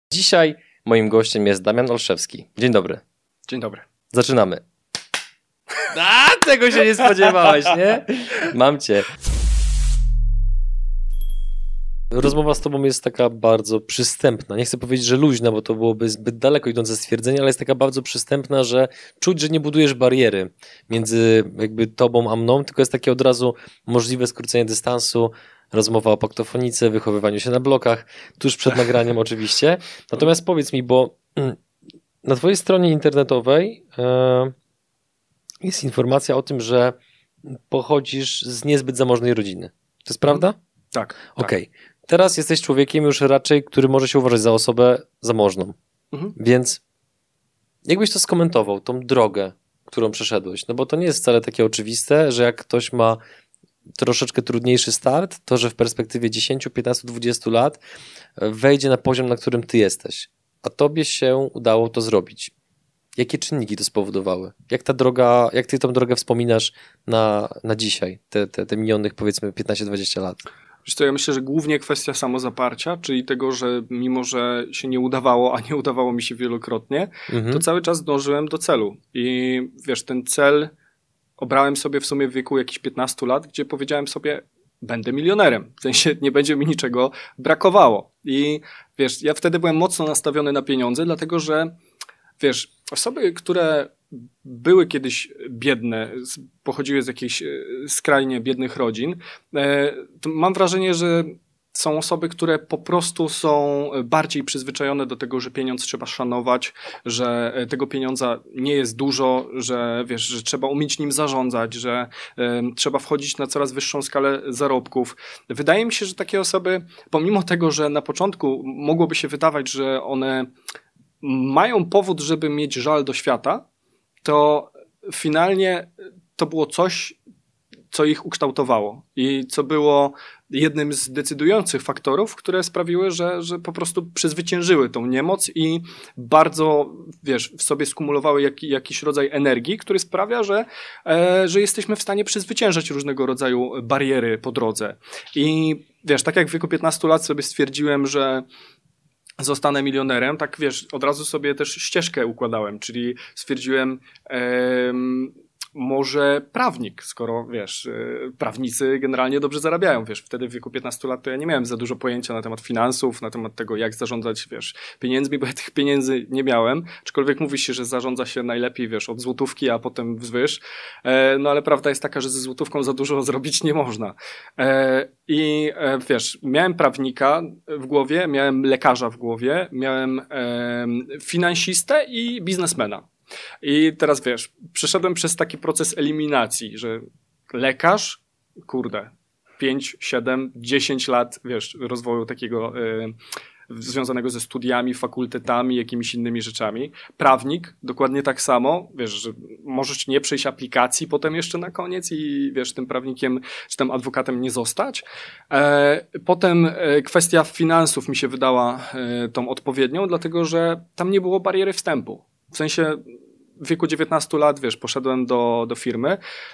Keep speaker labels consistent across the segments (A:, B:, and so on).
A: Dzisiaj moim gościem jest Damian Olszewski. Dzień dobry.
B: Dzień dobry.
A: Zaczynamy. Tego się nie spodziewałeś, nie? Mam cię. Rozmowa z tobą jest taka bardzo przystępna. Nie chcę powiedzieć, że luźna, bo to byłoby zbyt daleko idące stwierdzenie, ale jest taka bardzo przystępna, że czuć, że nie budujesz bariery między jakby tobą a mną, tylko jest takie od razu możliwe skrócenie dystansu, rozmowa o paktofonice, wychowywaniu się na blokach, tuż przed nagraniem oczywiście. Natomiast powiedz mi, bo na twojej stronie internetowej jest informacja o tym, że pochodzisz z niezbyt zamożnej rodziny. To jest prawda?
B: Tak.
A: Okej. Tak. Teraz jesteś człowiekiem już raczej, który może się uważać za osobę zamożną. Więc jakbyś to skomentował, tą drogę, którą przeszedłeś? No bo to nie jest wcale takie oczywiste, że jak ktoś ma troszeczkę trudniejszy start, to że w perspektywie 10, 15, 20 lat wejdzie na poziom, na którym ty jesteś. A tobie się udało to zrobić. Jakie czynniki to spowodowały? Jak ty tą drogę wspominasz na dzisiaj, te minionych powiedzmy 15-20 lat?
B: Wiesz co, ja myślę, że głównie kwestia samozaparcia, czyli tego, że mimo, że się nie udawało, a nie udawało mi się wielokrotnie, to cały czas dążyłem do celu. I wiesz, ten cel obrałem sobie w sumie w wieku jakichś 15 lat, gdzie powiedziałem sobie, będę milionerem. W sensie nie będzie mi niczego brakowało. I wiesz, ja wtedy byłem mocno nastawiony na pieniądze, dlatego że wiesz, osoby, które były kiedyś biedne, pochodziły z jakichś skrajnie biednych rodzin, to mam wrażenie, że są osoby, które po prostu są bardziej przyzwyczajone do tego, że pieniądz trzeba szanować, że tego pieniądza nie jest dużo, że wiesz, że trzeba umieć nim zarządzać, że trzeba wchodzić na coraz wyższą skalę zarobków. Wydaje mi się, że takie osoby, pomimo tego, że na początku mogłoby się wydawać, że one mają powód, żeby mieć żal do świata, to finalnie to było coś, co ich ukształtowało i co było jednym z decydujących faktorów, które sprawiły, że po prostu przezwyciężyły tą niemoc i bardzo, wiesz, w sobie skumulowały jakiś rodzaj energii, który sprawia, że jesteśmy w stanie przezwyciężać różnego rodzaju bariery po drodze. I wiesz, tak jak w wieku 15 lat sobie stwierdziłem, że zostanę milionerem, tak wiesz, od razu sobie też ścieżkę układałem, czyli stwierdziłem, może prawnik, skoro wiesz, prawnicy generalnie dobrze zarabiają, wiesz, wtedy w wieku 15 lat to ja nie miałem za dużo pojęcia na temat finansów, na temat tego, jak zarządzać, wiesz, pieniędzmi, bo ja tych pieniędzy nie miałem, aczkolwiek mówi się, że zarządza się najlepiej, wiesz, od złotówki, a potem wzwyż, no ale prawda jest taka, że ze złotówką za dużo zrobić nie można. I wiesz, miałem prawnika w głowie, miałem lekarza w głowie, miałem finansistę i biznesmena. I teraz wiesz, przeszedłem przez taki proces eliminacji, że lekarz, kurde, 5, 7, 10 lat, wiesz, rozwoju takiego związanego ze studiami, fakultetami, jakimiś innymi rzeczami. Prawnik, dokładnie tak samo, wiesz, że możesz nie przejść aplikacji potem jeszcze na koniec i wiesz, tym prawnikiem czy tym adwokatem nie zostać. Potem kwestia finansów mi się wydała tą odpowiednią, dlatego że tam nie było bariery wstępu. W sensie w wieku 19 lat, wiesz, poszedłem do firmy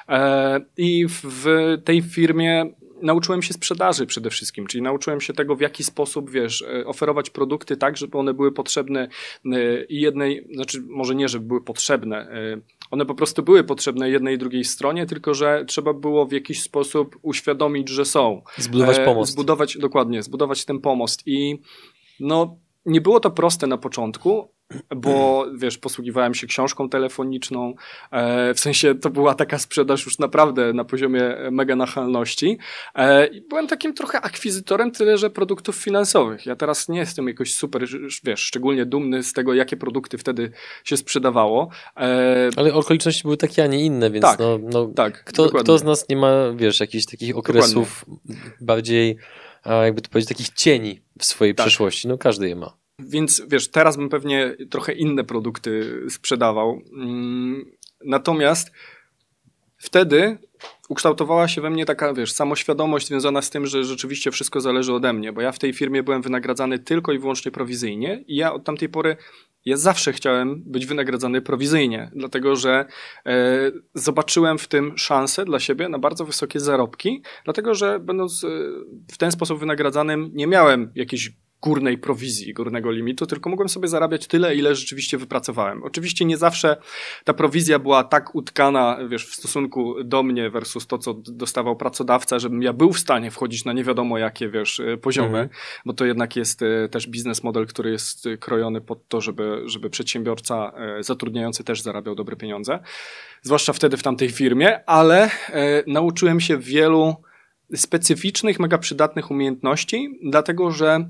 B: i w tej firmie nauczyłem się sprzedaży przede wszystkim, czyli nauczyłem się tego, w jaki sposób, wiesz, oferować produkty tak, żeby one były potrzebne i jednej, znaczy może nie, żeby były potrzebne, one po prostu były potrzebne jednej i drugiej stronie, tylko że trzeba było w jakiś sposób uświadomić, że są.
A: Zbudować pomost.
B: Zbudować ten pomost i no nie było to proste na początku, bo wiesz, posługiwałem się książką telefoniczną, w sensie to była taka sprzedaż już naprawdę na poziomie mega nachalności i byłem takim trochę akwizytorem tyle, że produktów finansowych. Ja teraz nie jestem jakoś super, wiesz, szczególnie dumny z tego, jakie produkty wtedy się sprzedawało.
A: Ale okoliczności były takie, a nie inne, więc
B: tak, tak,
A: kto z nas nie ma, wiesz, jakichś takich okresów bardziej, jakby to powiedzieć, takich cieni w swojej przeszłości? No każdy je ma.
B: Więc wiesz, teraz bym pewnie trochę inne produkty sprzedawał. Natomiast wtedy ukształtowała się we mnie taka, wiesz, samoświadomość związana z tym, że rzeczywiście wszystko zależy ode mnie, bo ja w tej firmie byłem wynagradzany tylko i wyłącznie prowizyjnie i ja od tamtej pory ja zawsze chciałem być wynagradzany prowizyjnie, dlatego że zobaczyłem w tym szansę dla siebie na bardzo wysokie zarobki, dlatego że będąc w ten sposób wynagradzanym nie miałem jakichś górnej prowizji, górnego limitu, tylko mogłem sobie zarabiać tyle, ile rzeczywiście wypracowałem. Oczywiście nie zawsze ta prowizja była tak utkana, wiesz, w stosunku do mnie versus to, co dostawał pracodawca, żebym ja był w stanie wchodzić na nie wiadomo jakie, wiesz, poziomy, bo to jednak jest też biznes model, który jest krojony pod to, żeby przedsiębiorca zatrudniający też zarabiał dobre pieniądze. Zwłaszcza wtedy w tamtej firmie, ale nauczyłem się wielu specyficznych, mega przydatnych umiejętności, dlatego że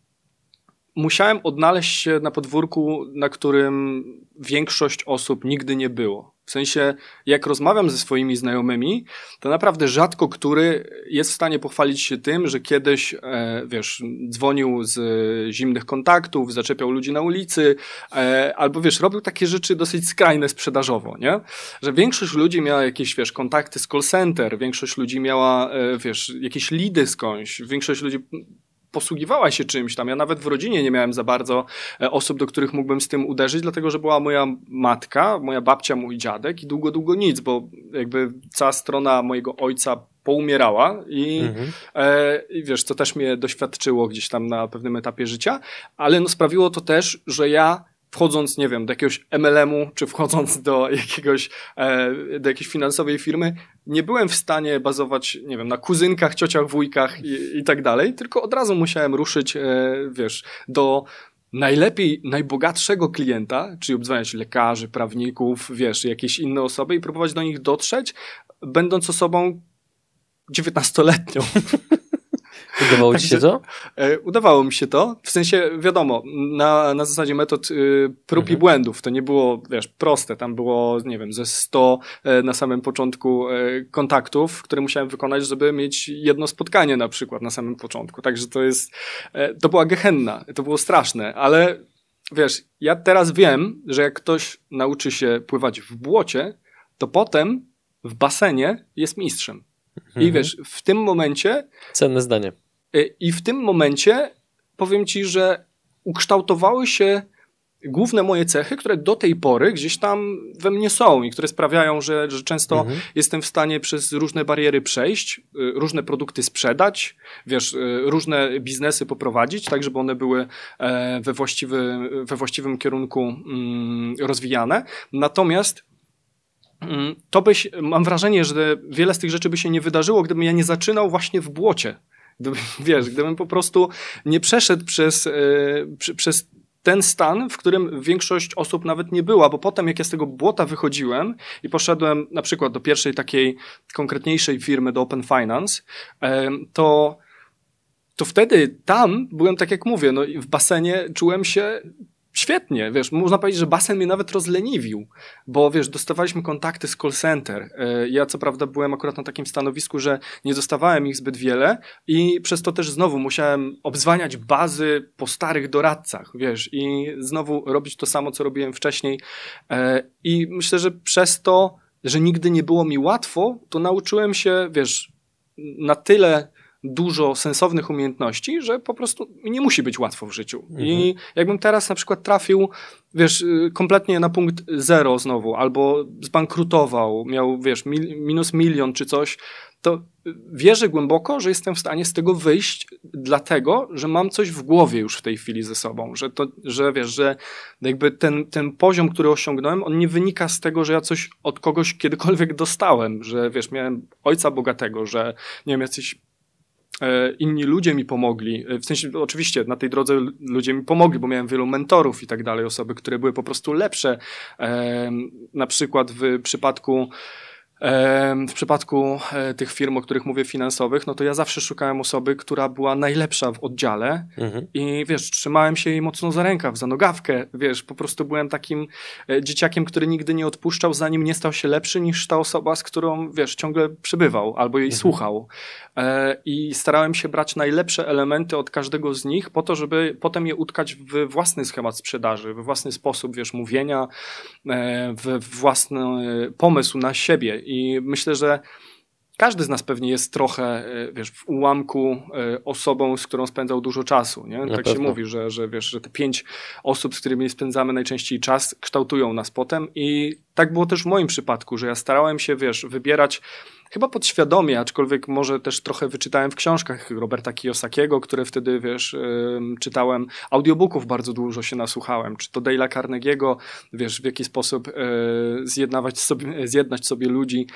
B: musiałem odnaleźć się na podwórku, na którym większość osób nigdy nie było. W sensie, jak rozmawiam ze swoimi znajomymi, to naprawdę rzadko który jest w stanie pochwalić się tym, że kiedyś, wiesz, dzwonił z zimnych kontaktów, zaczepiał ludzi na ulicy, albo wiesz, robił takie rzeczy dosyć skrajne sprzedażowo, nie? Że większość ludzi miała jakieś, wiesz, kontakty z call center, większość ludzi miała, wiesz, jakieś lidy skądś, większość ludzi posługiwała się czymś tam. Ja nawet w rodzinie nie miałem za bardzo osób, do których mógłbym z tym uderzyć, dlatego że była moja matka, moja babcia, mój dziadek i długo nic, bo jakby cała strona mojego ojca poumierała i wiesz, co też mnie doświadczyło gdzieś tam na pewnym etapie życia, ale no sprawiło to też, że ja wchodząc, nie wiem, do jakiegoś MLM-u, czy wchodząc do jakiejś finansowej firmy, nie byłem w stanie bazować, nie wiem, na kuzynkach, ciociach, wujkach i tak dalej, tylko od razu musiałem ruszyć, wiesz, do najlepiej, najbogatszego klienta, czyli obdzwaniać lekarzy, prawników, wiesz, jakieś inne osoby i próbować do nich dotrzeć, będąc osobą 19-letnią.
A: Udawało ci się to?
B: Udawało mi się to. W sensie, wiadomo, na zasadzie metod prób i błędów. To nie było, wiesz, proste. Tam było, nie wiem, ze 100 na samym początku kontaktów, które musiałem wykonać, żeby mieć jedno spotkanie na przykład na samym początku. Także to była gehenna. To było straszne, ale wiesz, ja teraz wiem, że jak ktoś nauczy się pływać w błocie, to potem w basenie jest mistrzem. I wiesz, w tym momencie...
A: Cenne zdanie.
B: I w tym momencie powiem ci, że ukształtowały się główne moje cechy, które do tej pory gdzieś tam we mnie są i które sprawiają, że często jestem w stanie przez różne bariery przejść, różne produkty sprzedać, wiesz, różne biznesy poprowadzić, tak żeby one były we właściwym kierunku rozwijane. Natomiast mam wrażenie, że wiele z tych rzeczy by się nie wydarzyło, gdybym ja nie zaczynał właśnie w błocie. Gdybym po prostu nie przeszedł przez ten stan, w którym większość osób nawet nie była, bo potem jak ja z tego błota wychodziłem i poszedłem na przykład do pierwszej takiej konkretniejszej firmy, do Open Finance, to wtedy tam byłem, tak jak mówię, no i w basenie czułem się świetnie, wiesz, można powiedzieć, że basen mnie nawet rozleniwił, bo wiesz, dostawaliśmy kontakty z call center. Ja co prawda byłem akurat na takim stanowisku, że nie dostawałem ich zbyt wiele i przez to też znowu musiałem obzwaniać bazy po starych doradcach, wiesz, i znowu robić to samo, co robiłem wcześniej. I myślę, że przez to, że nigdy nie było mi łatwo, to nauczyłem się, wiesz, na tyle dużo sensownych umiejętności, że po prostu nie musi być łatwo w życiu. I jakbym teraz na przykład trafił, wiesz, kompletnie na punkt zero znowu, albo zbankrutował, miał, wiesz, minus milion czy coś, to wierzę głęboko, że jestem w stanie z tego wyjść, dlatego, że mam coś w głowie już w tej chwili ze sobą, że wiesz, że jakby ten poziom, który osiągnąłem, on nie wynika z tego, że ja coś od kogoś kiedykolwiek dostałem, że wiesz, miałem ojca bogatego, że nie wiem, jacyś inni ludzie mi pomogli, w sensie oczywiście na tej drodze ludzie mi pomogli, bo miałem wielu mentorów i tak dalej, osoby, które były po prostu lepsze, na przykład w przypadku tych firm, o których mówię, finansowych, no to ja zawsze szukałem osoby, która była najlepsza w oddziale i wiesz, trzymałem się jej mocno za rękaw, za nogawkę, wiesz, po prostu byłem takim dzieciakiem, który nigdy nie odpuszczał, zanim nie stał się lepszy niż ta osoba, z którą, wiesz, ciągle przybywał albo jej słuchał. I starałem się brać najlepsze elementy od każdego z nich po to, żeby potem je utkać w własny schemat sprzedaży, we własny sposób, wiesz, mówienia, w własny pomysł na siebie. I myślę, że każdy z nas pewnie jest trochę, wiesz, w ułamku osobą, z którą spędzał dużo czasu, nie? Tak się mówi, że wiesz, że te 5 osób, z którymi spędzamy najczęściej czas, kształtują nas potem i tak było też w moim przypadku, że ja starałem się, wiesz, wybierać chyba podświadomie, aczkolwiek może też trochę wyczytałem w książkach Roberta Kiyosakiego, które wtedy, wiesz, czytałem, audiobooków bardzo dużo się nasłuchałem, czy to Dale'a Carnegie'ego, wiesz, w jaki sposób zjednać sobie ludzi,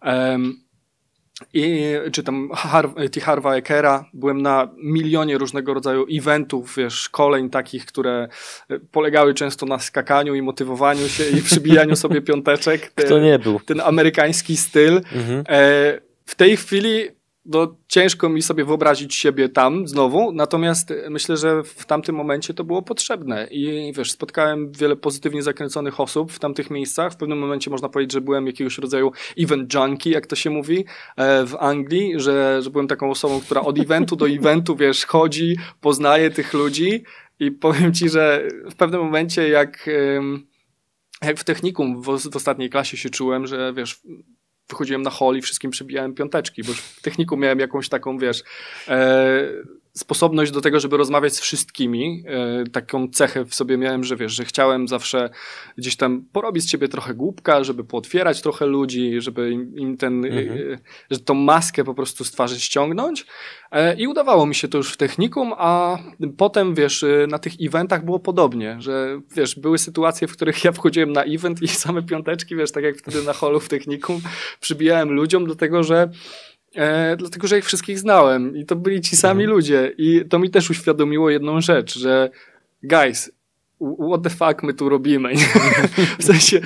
B: i czytam T. Harva Ekera, byłem na milionie różnego rodzaju eventów, wiesz, szkoleń takich, które polegały często na skakaniu i motywowaniu się i przybijaniu sobie piąteczek.
A: Kto nie był?
B: Ten amerykański styl. W tej chwili ciężko mi sobie wyobrazić siebie tam znowu, natomiast myślę, że w tamtym momencie to było potrzebne i wiesz, spotkałem wiele pozytywnie zakręconych osób w tamtych miejscach. W pewnym momencie można powiedzieć, że byłem jakiegoś rodzaju event junkie, jak to się mówi w Anglii, że byłem taką osobą, która od eventu do eventu, wiesz, chodzi, poznaje tych ludzi i powiem ci, że w pewnym momencie jak w technikum w ostatniej klasie się czułem, że wiesz, wychodziłem na hall i wszystkim przybijałem piąteczki, bo w techniku miałem jakąś taką, wiesz, sposobność do tego, żeby rozmawiać z wszystkimi. Taką cechę w sobie miałem, że wiesz, że chciałem zawsze gdzieś tam porobić z ciebie trochę głupka, żeby pootwierać trochę ludzi, żeby im że tą maskę po prostu z twarzy ściągnąć. I udawało mi się to już w technikum, a potem, wiesz, na tych eventach było podobnie, że wiesz, były sytuacje, w których ja wchodziłem na event i same piąteczki, wiesz, tak jak wtedy na hallu w technikum, przybijałem ludziom, dlatego że ich wszystkich znałem i to byli ci sami ludzie i to mi też uświadomiło jedną rzecz, że guys, what the fuck my tu robimy? W sensie,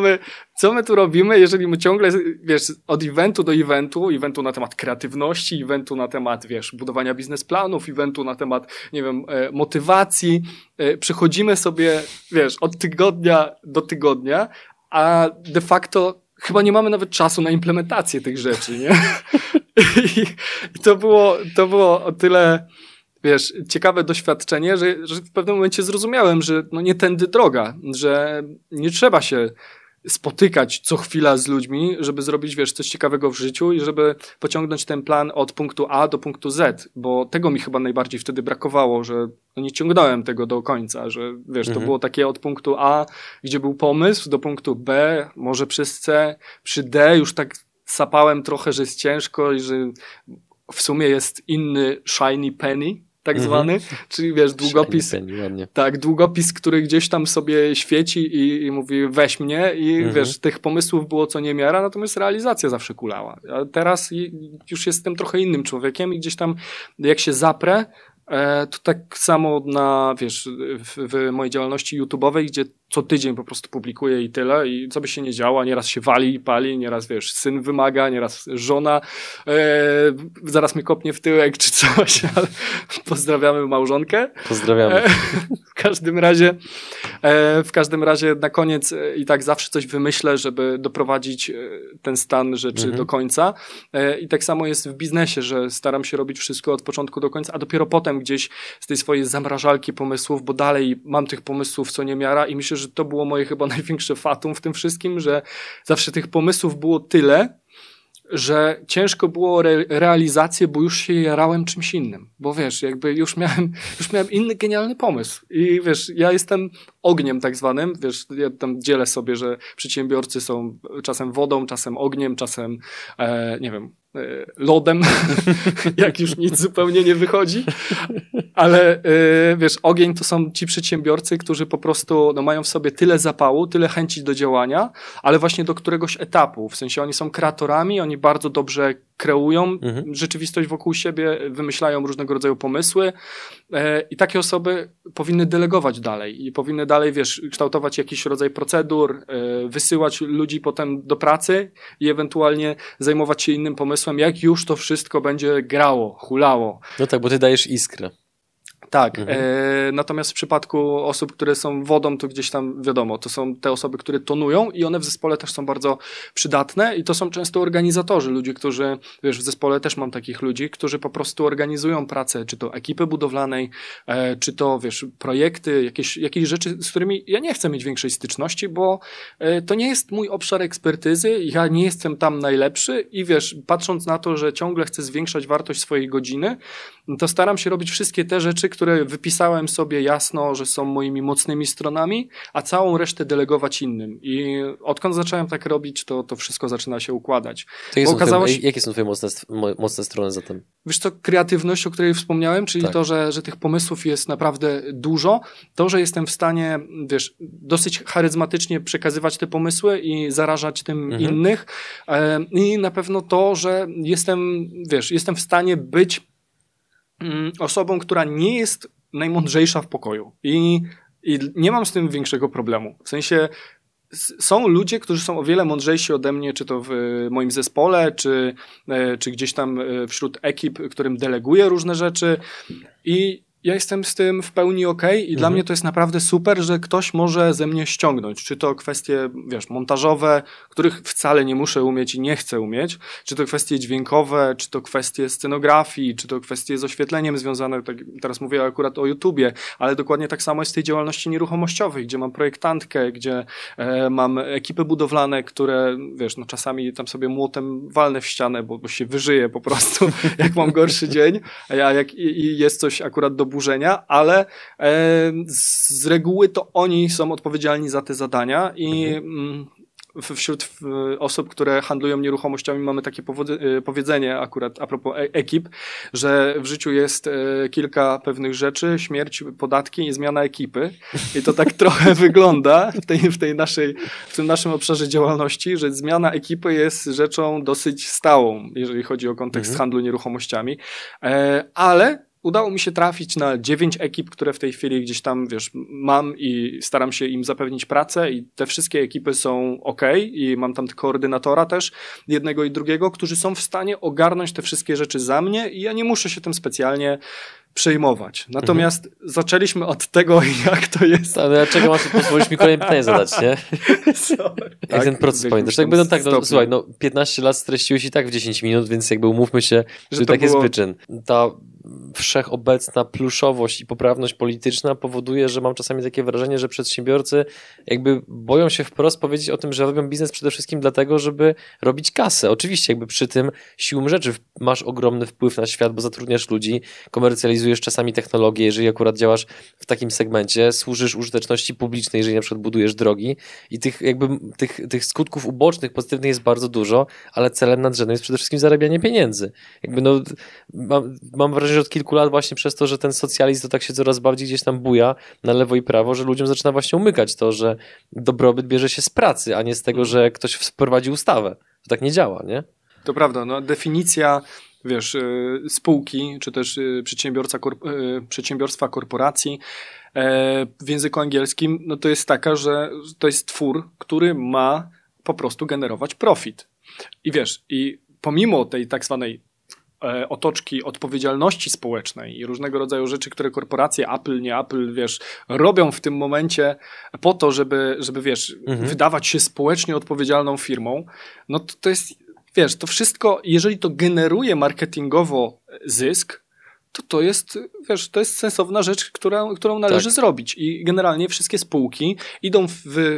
B: co my tu robimy, jeżeli my ciągle, wiesz, od eventu do eventu na temat kreatywności, eventu na temat, wiesz, budowania biznesplanów, eventu na temat, nie wiem, motywacji, przechodzimy sobie, wiesz, od tygodnia do tygodnia, a de facto chyba nie mamy nawet czasu na implementację tych rzeczy, nie? I to było o tyle, wiesz, ciekawe doświadczenie, że w pewnym momencie zrozumiałem, że no nie tędy droga, że nie trzeba się spotykać co chwila z ludźmi, żeby zrobić, wiesz, coś ciekawego w życiu i żeby pociągnąć ten plan od punktu A do punktu Z, bo tego mi chyba najbardziej wtedy brakowało, że nie ciągnąłem tego do końca, że wiesz, to było takie od punktu A, gdzie był pomysł, do punktu B, może przez C, przy D już tak sapałem trochę, że jest ciężko i że w sumie jest inny shiny penny, tak zwany, czyli wiesz, długopis, długopis, który gdzieś tam sobie świeci i mówi weź mnie i wiesz, tych pomysłów było co niemiara, natomiast realizacja zawsze kulała. A teraz już jestem trochę innym człowiekiem i gdzieś tam jak się zaprę, to tak samo wiesz, w mojej działalności YouTube'owej, gdzie co tydzień po prostu publikuję i tyle i co by się nie działo, nieraz się wali i pali, nieraz wiesz, syn wymaga, nieraz żona zaraz mnie kopnie w tyłek czy coś, ale pozdrawiamy małżonkę.
A: Pozdrawiamy.
B: W każdym razie na koniec i tak zawsze coś wymyślę, żeby doprowadzić ten stan rzeczy do końca i tak samo jest w biznesie, że staram się robić wszystko od początku do końca, a dopiero potem gdzieś z tej swojej zamrażalki pomysłów, bo dalej mam tych pomysłów co niemiara i myślę, że to było moje chyba największe fatum w tym wszystkim, że zawsze tych pomysłów było tyle, że ciężko było realizację, bo już się jarałem czymś innym. Bo wiesz, jakby już miałem inny genialny pomysł. I wiesz, ja jestem ogniem tak zwanym, wiesz, ja tam dzielę sobie, że przedsiębiorcy są czasem wodą, czasem ogniem, czasem, nie wiem, lodem, jak już nic zupełnie nie wychodzi, ale wiesz, ogień to są ci przedsiębiorcy, którzy po prostu mają w sobie tyle zapału, tyle chęci do działania, ale właśnie do któregoś etapu, w sensie oni są kreatorami, oni bardzo dobrze kreują rzeczywistość wokół siebie, wymyślają różnego rodzaju pomysły i takie osoby powinny delegować dalej i powinny dalej, wiesz, kształtować jakiś rodzaj procedur, wysyłać ludzi potem do pracy i ewentualnie zajmować się innym pomysłem, jak już to wszystko będzie grało, hulało.
A: No tak, bo ty dajesz iskrę.
B: Tak, natomiast w przypadku osób, które są wodą, to gdzieś tam wiadomo, to są te osoby, które tonują i one w zespole też są bardzo przydatne i to są często organizatorzy, ludzie, którzy, wiesz, w zespole też mam takich ludzi, którzy po prostu organizują pracę, czy to ekipy budowlanej, czy to, wiesz, projekty, jakieś rzeczy, z którymi ja nie chcę mieć większej styczności, bo to nie jest mój obszar ekspertyzy, ja nie jestem tam najlepszy i wiesz, patrząc na to, że ciągle chcę zwiększać wartość swojej godziny, to staram się robić wszystkie te rzeczy, które wypisałem sobie jasno, że są moimi mocnymi stronami, a całą resztę delegować innym. I odkąd zacząłem tak robić, to wszystko zaczyna się układać.
A: Jakie są twoje mocne strony zatem?
B: Wiesz co, kreatywność, o której wspomniałem, czyli to, że tych pomysłów jest naprawdę dużo, to, że jestem w stanie, wiesz, dosyć charyzmatycznie przekazywać te pomysły i zarażać tym innych i na pewno to, że jestem w stanie być osobą, która nie jest najmądrzejsza w pokoju i nie mam z tym większego problemu. W sensie są ludzie, którzy są o wiele mądrzejsi ode mnie, czy to w moim zespole, czy gdzieś tam wśród ekip, którym deleguję różne rzeczy i ja jestem z tym w pełni okej i dla mnie to jest naprawdę super, że ktoś może ze mnie ściągnąć. Czy to kwestie, wiesz, montażowe, których wcale nie muszę umieć i nie chcę umieć, czy to kwestie dźwiękowe, czy to kwestie scenografii, czy to kwestie z oświetleniem związane, tak, teraz mówię akurat o YouTubie, ale dokładnie tak samo jest w tej działalności nieruchomościowej, gdzie mam projektantkę, gdzie mam ekipy budowlane, które, wiesz, no czasami tam sobie młotem walnę w ścianę, bo się wyżyję po prostu, jak mam gorszy dzień, a jak jest coś akurat do burzenia, ale z reguły to oni są odpowiedzialni za te zadania i wśród osób, które handlują nieruchomościami mamy takie powiedzenie akurat a propos ekip, że w życiu jest kilka pewnych rzeczy, śmierć, podatki i zmiana ekipy i to tak trochę wygląda w tym naszym obszarze działalności, że zmiana ekipy jest rzeczą dosyć stałą, jeżeli chodzi o kontekst handlu nieruchomościami, ale udało mi się trafić na 9 ekip, które w tej chwili gdzieś tam, wiesz, mam i staram się im zapewnić pracę i te wszystkie ekipy są okej i mam tam koordynatora też, jednego i drugiego, którzy są w stanie ogarnąć te wszystkie rzeczy za mnie i ja nie muszę się tym specjalnie przejmować. Natomiast zaczęliśmy od tego, jak to jest.
A: Ale dlaczego masz pozwolić mi kolejne pytanie zadać, nie? Jak ten proces pamiętasz? Tak będą słuchaj, 15 lat streściłeś i tak w 10 minut, więc jakby umówmy się, że tak jest wyczyn. Ta wszechobecna pluszowość i poprawność polityczna powoduje, że mam czasami takie wrażenie, że przedsiębiorcy jakby boją się wprost powiedzieć o tym, że robią biznes przede wszystkim dlatego, żeby robić kasę. Oczywiście jakby przy tym siłą rzeczy masz ogromny wpływ na świat, bo zatrudniasz ludzi, komercjalizujesz czasami technologię, jeżeli akurat działasz w takim segmencie, służysz użyteczności publicznej, jeżeli na przykład budujesz drogi i tych skutków ubocznych, pozytywnych jest bardzo dużo, ale celem nadrzędnym jest przede wszystkim zarabianie pieniędzy. Jakby mam wrażenie, że od kilku lat właśnie przez to, że ten socjalizm to tak się coraz bardziej gdzieś tam buja na lewo i prawo, że ludziom zaczyna właśnie umykać to, że dobrobyt bierze się z pracy, a nie z tego, że ktoś wprowadzi ustawę. To tak nie działa, nie?
B: To prawda, no definicja, wiesz, spółki, czy też przedsiębiorstwa korporacji w języku angielskim, no to jest taka, że to jest twór, który ma po prostu generować profit. I wiesz, i pomimo tej tak zwanej otoczki odpowiedzialności społecznej i różnego rodzaju rzeczy, które korporacje, Apple, nie Apple, wiesz, robią w tym momencie po to, żeby wiesz, wydawać się społecznie odpowiedzialną firmą, no to jest, wiesz, to wszystko, jeżeli to generuje marketingowo zysk, to jest, wiesz, to jest sensowna rzecz, którą należy zrobić. I generalnie wszystkie spółki idą w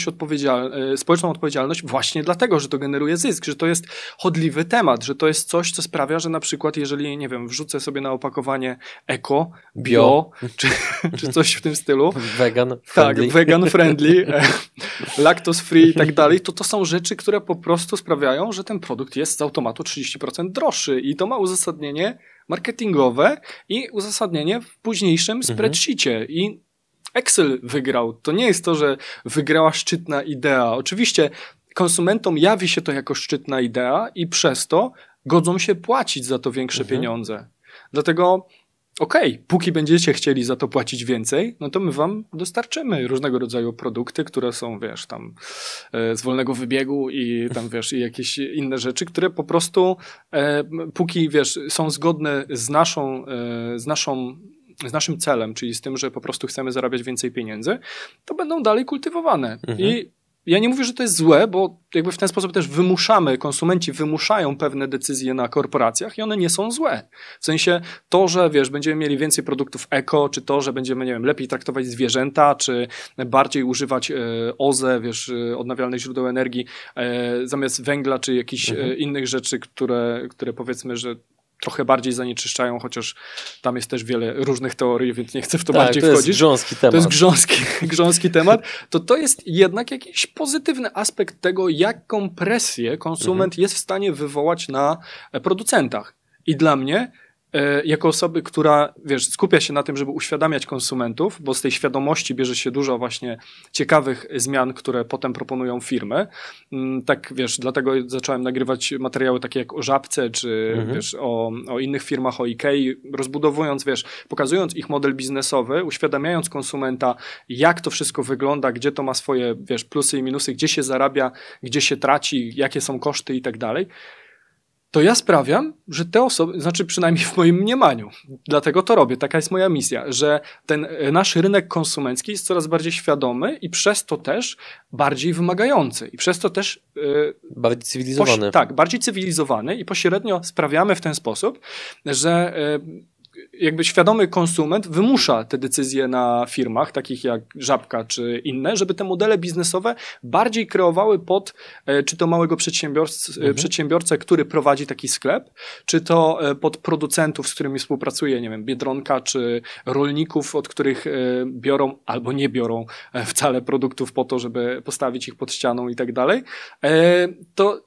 B: społeczną odpowiedzialność właśnie dlatego, że to generuje zysk, że to jest chodliwy temat, że to jest coś, co sprawia, że na przykład jeżeli, nie wiem, wrzucę sobie na opakowanie eko, bio czy coś w tym stylu.
A: Vegan friendly.
B: Tak, vegan friendly, lactose free i tak dalej, to są rzeczy, które po prostu sprawiają, że ten produkt jest z automatu 30% droższy i to ma uzasadnienie marketingowe i uzasadnienie w późniejszym spreadsheetie. I Excel wygrał. To nie jest to, że wygrała szczytna idea. Oczywiście konsumentom jawi się to jako szczytna idea i przez to godzą się płacić za to większe pieniądze. Dlatego póki będziecie chcieli za to płacić więcej, no to my wam dostarczymy różnego rodzaju produkty, które są, wiesz, tam z wolnego wybiegu i tam, wiesz, i jakieś inne rzeczy, które po prostu póki, wiesz, są zgodne z naszą naszym celem, czyli z tym, że po prostu chcemy zarabiać więcej pieniędzy, to będą dalej kultywowane. I ja nie mówię, że to jest złe, bo jakby w ten sposób też konsumenci wymuszają pewne decyzje na korporacjach i one nie są złe. W sensie to, że będziemy mieli więcej produktów eko, czy to, że będziemy, nie wiem, lepiej traktować zwierzęta, czy bardziej używać OZE, odnawialnych źródeł energii, zamiast węgla, czy jakichś innych rzeczy, które powiedzmy, że trochę bardziej zanieczyszczają, chociaż tam jest też wiele różnych teorii, więc nie chcę w to bardziej wchodzić.
A: To jest grząski temat.
B: To jest grząski temat. To jest jednak jakiś pozytywny aspekt tego, jaką presję konsument jest w stanie wywołać na producentach. I dla mnie jako osoby, która skupia się na tym, żeby uświadamiać konsumentów, bo z tej świadomości bierze się dużo właśnie ciekawych zmian, które potem proponują firmy. Tak, dlatego zacząłem nagrywać materiały takie jak o Żabce, czy o innych firmach, o Ikei, rozbudowując, pokazując ich model biznesowy, uświadamiając konsumenta, jak to wszystko wygląda, gdzie to ma swoje, plusy i minusy, gdzie się zarabia, gdzie się traci, jakie są koszty i tak dalej. To ja sprawiam, że te osoby, znaczy przynajmniej w moim mniemaniu, dlatego to robię, taka jest moja misja, że ten nasz rynek konsumencki jest coraz bardziej świadomy i przez to też bardziej wymagający i przez to też
A: bardziej cywilizowany.
B: Bardziej cywilizowany i pośrednio sprawiamy w ten sposób, że jakby świadomy konsument wymusza te decyzje na firmach, takich jak Żabka czy inne, żeby te modele biznesowe bardziej kreowały pod czy to małego przedsiębiorcę, który prowadzi taki sklep, czy to pod producentów, z którymi współpracuje, nie wiem, Biedronka, czy rolników, od których biorą albo nie biorą wcale produktów po to, żeby postawić ich pod ścianą i tak dalej. To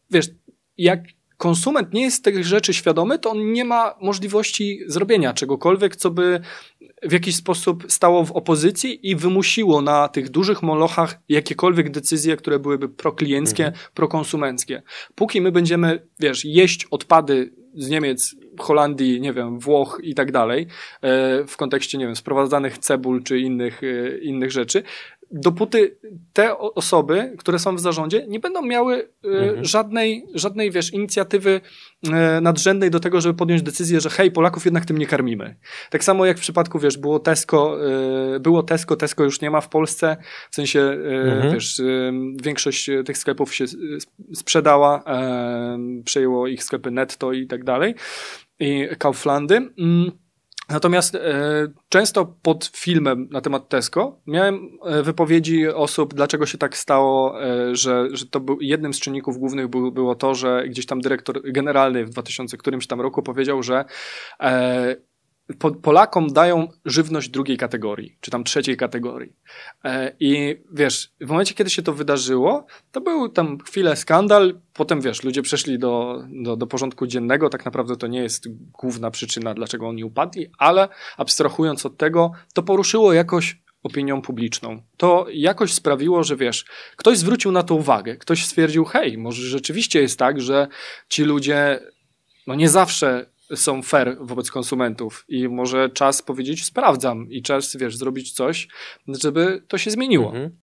B: jak konsument nie jest tych rzeczy świadomy, to on nie ma możliwości zrobienia czegokolwiek, co by w jakiś sposób stało w opozycji i wymusiło na tych dużych molochach jakiekolwiek decyzje, które byłyby proklienckie, prokonsumenckie. Póki my będziemy, jeść odpady z Niemiec, Holandii, nie wiem, Włoch i tak dalej, w kontekście, nie wiem, sprowadzanych cebul czy innych rzeczy, dopóty te osoby, które są w zarządzie, nie będą miały żadnej inicjatywy nadrzędnej do tego, żeby podjąć decyzję, że hej, Polaków jednak tym nie karmimy. Tak samo jak w przypadku, było Tesco już nie ma w Polsce, w sensie, większość tych sklepów się sprzedała, przejęło ich sklepy Netto i tak dalej, i Kauflandy. Natomiast często pod filmem na temat Tesco miałem wypowiedzi osób, dlaczego się tak stało, że to był jednym z czynników głównych było to, że gdzieś tam dyrektor generalny w 2000 którymś tam roku powiedział, że Polakom dają żywność drugiej kategorii, czy tam trzeciej kategorii. I w momencie, kiedy się to wydarzyło, to był tam chwilę skandal, potem ludzie przeszli do porządku dziennego, tak naprawdę to nie jest główna przyczyna, dlaczego oni upadli, ale abstrahując od tego, to poruszyło jakoś opinią publiczną. To jakoś sprawiło, że ktoś zwrócił na to uwagę, ktoś stwierdził, hej, może rzeczywiście jest tak, że ci ludzie nie zawsze są fair wobec konsumentów i może czas powiedzieć sprawdzam i czas, zrobić coś, żeby to się zmieniło.